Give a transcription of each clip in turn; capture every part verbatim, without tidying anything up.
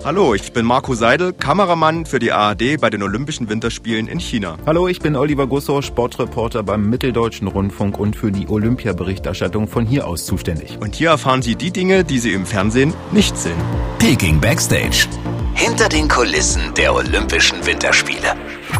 Hallo, ich bin Marco Seidel, Kameramann für die A R D bei den Olympischen Winterspielen in China. Hallo, ich bin Oliver Gussow, Sportreporter beim Mitteldeutschen Rundfunk und für die Olympiaberichterstattung von hier aus zuständig. Und hier erfahren Sie die Dinge, die Sie im Fernsehen nicht sehen. Peking Backstage. Hinter den Kulissen der Olympischen Winterspiele.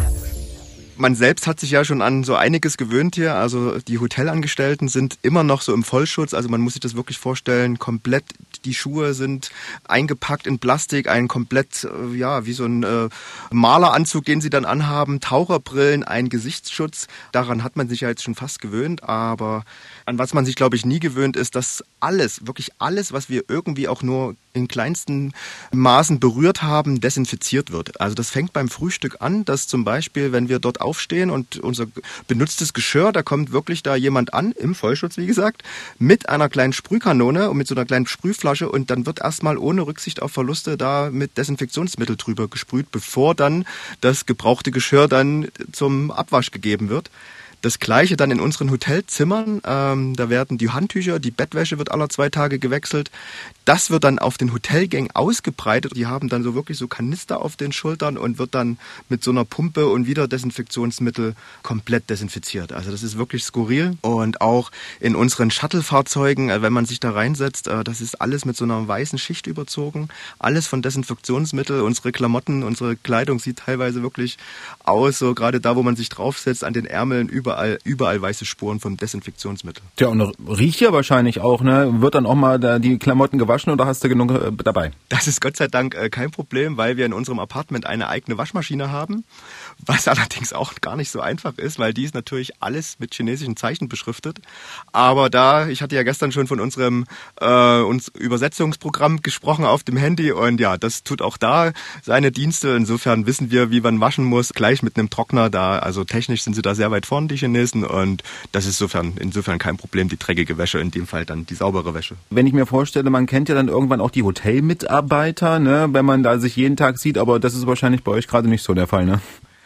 Man selbst hat sich ja schon an so einiges gewöhnt hier. Also die Hotelangestellten sind immer noch so im Vollschutz. Also man muss sich das wirklich vorstellen, komplett die Schuhe sind eingepackt in Plastik, ein komplett, ja, wie so ein äh, Maleranzug, den sie dann anhaben, Taucherbrillen, ein Gesichtsschutz. Daran hat man sich ja jetzt schon fast gewöhnt. Aber an was man sich, glaube ich, nie gewöhnt ist, dass alles, wirklich alles, was wir irgendwie auch nur in kleinsten Maßen berührt haben, desinfiziert wird. Also das fängt beim Frühstück an, dass zum Beispiel, wenn wir dort aufstehen und unser benutztes Geschirr, da kommt wirklich da jemand an, im Vollschutz wie gesagt, mit einer kleinen Sprühkanone und mit so einer kleinen Sprühflasche und dann wird erstmal ohne Rücksicht auf Verluste da mit Desinfektionsmittel drüber gesprüht, bevor dann das gebrauchte Geschirr dann zum Abwasch gegeben wird. Das Gleiche dann in unseren Hotelzimmern. Ähm, da werden die Handtücher, die Bettwäsche wird alle zwei Tage gewechselt. Das wird dann auf den Hotelgängen ausgebreitet. Die haben dann so wirklich so Kanister auf den Schultern und wird dann mit so einer Pumpe und wieder Desinfektionsmittel komplett desinfiziert. Also das ist wirklich skurril. Und auch in unseren Shuttle-Fahrzeugen, äh, wenn man sich da reinsetzt, äh, das ist alles mit so einer weißen Schicht überzogen. Alles von Desinfektionsmittel. Unsere Klamotten, unsere Kleidung sieht teilweise wirklich aus, so gerade da, wo man sich draufsetzt, an den Ärmeln, überall, überall weiße Spuren vom Desinfektionsmittel. Tja, und riecht ja wahrscheinlich auch, ne? Wird dann auch mal da die Klamotten gewaschen oder hast du genug äh, dabei? Das ist Gott sei Dank äh, kein Problem, weil wir in unserem Apartment eine eigene Waschmaschine haben, was allerdings auch gar nicht so einfach ist, weil die ist natürlich alles mit chinesischen Zeichen beschriftet. Aber da, ich hatte ja gestern schon von unserem äh, uns Übersetzungsprogramm gesprochen auf dem Handy und ja, das tut auch da seine Dienste. Insofern wissen wir, wie man waschen muss, gleich mit einem Trockner da. Also technisch sind sie da sehr weit vorn, die Chinesen, und das ist insofern, insofern kein Problem, die dreckige Wäsche, in dem Fall dann die saubere Wäsche. Wenn ich mir vorstelle, man kennt ja dann irgendwann auch die Hotelmitarbeiter, ne, wenn man da sich jeden Tag sieht, aber das ist wahrscheinlich bei euch gerade nicht so der Fall, ne?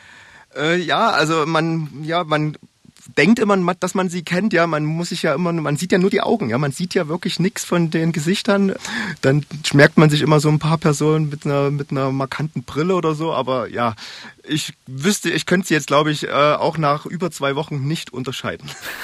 Äh, ja, also man, ja, man denkt immer, dass man sie kennt, ja, man muss sich ja immer, man sieht ja nur die Augen, ja, man sieht ja wirklich nichts von den Gesichtern. Dann merkt man sich immer so ein paar Personen mit einer mit einer markanten Brille oder so, aber ja, ich wüsste, ich könnte sie jetzt, glaube ich, auch nach über zwei Wochen nicht unterscheiden.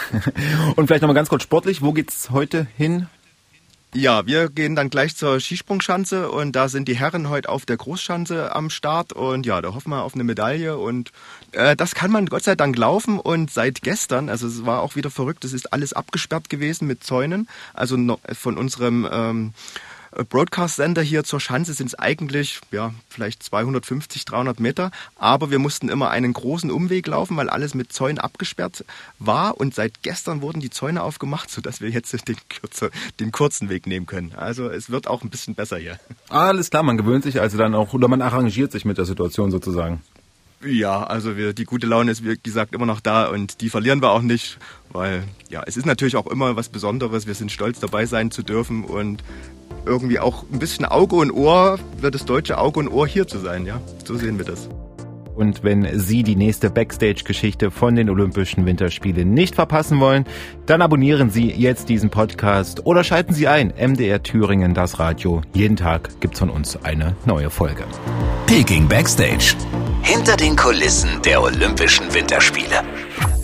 Und vielleicht nochmal ganz kurz sportlich, wo geht's heute hin? Ja, wir gehen dann gleich zur Skisprungschanze und da sind die Herren heute auf der Großschanze am Start und ja, da hoffen wir auf eine Medaille und äh, das kann man Gott sei Dank laufen und seit gestern, also es war auch wieder verrückt, es ist alles abgesperrt gewesen mit Zäunen, also no, von unserem ähm, Broadcast-Sender hier zur Schanze sind es eigentlich ja vielleicht zweihundertfünfzig, dreihundert Meter, aber wir mussten immer einen großen Umweg laufen, weil alles mit Zäunen abgesperrt war und seit gestern wurden die Zäune aufgemacht, sodass wir jetzt den, kürzer, den kurzen Weg nehmen können. Also es wird auch ein bisschen besser hier. Alles klar, man gewöhnt sich also dann auch, oder man arrangiert sich mit der Situation sozusagen. Ja, also wir, die gute Laune ist, wie gesagt, immer noch da und die verlieren wir auch nicht, weil ja, es ist natürlich auch immer was Besonderes, wir sind stolz dabei sein zu dürfen und irgendwie auch ein bisschen Auge und Ohr, wird das deutsche Auge und Ohr hier zu sein, ja, so sehen wir das. Und wenn Sie die nächste Backstage-Geschichte von den Olympischen Winterspielen nicht verpassen wollen, dann abonnieren Sie jetzt diesen Podcast oder schalten Sie ein, M D R Thüringen, das Radio. Jeden Tag gibt's von uns eine neue Folge. Peking Backstage. Hinter den Kulissen der Olympischen Winterspiele.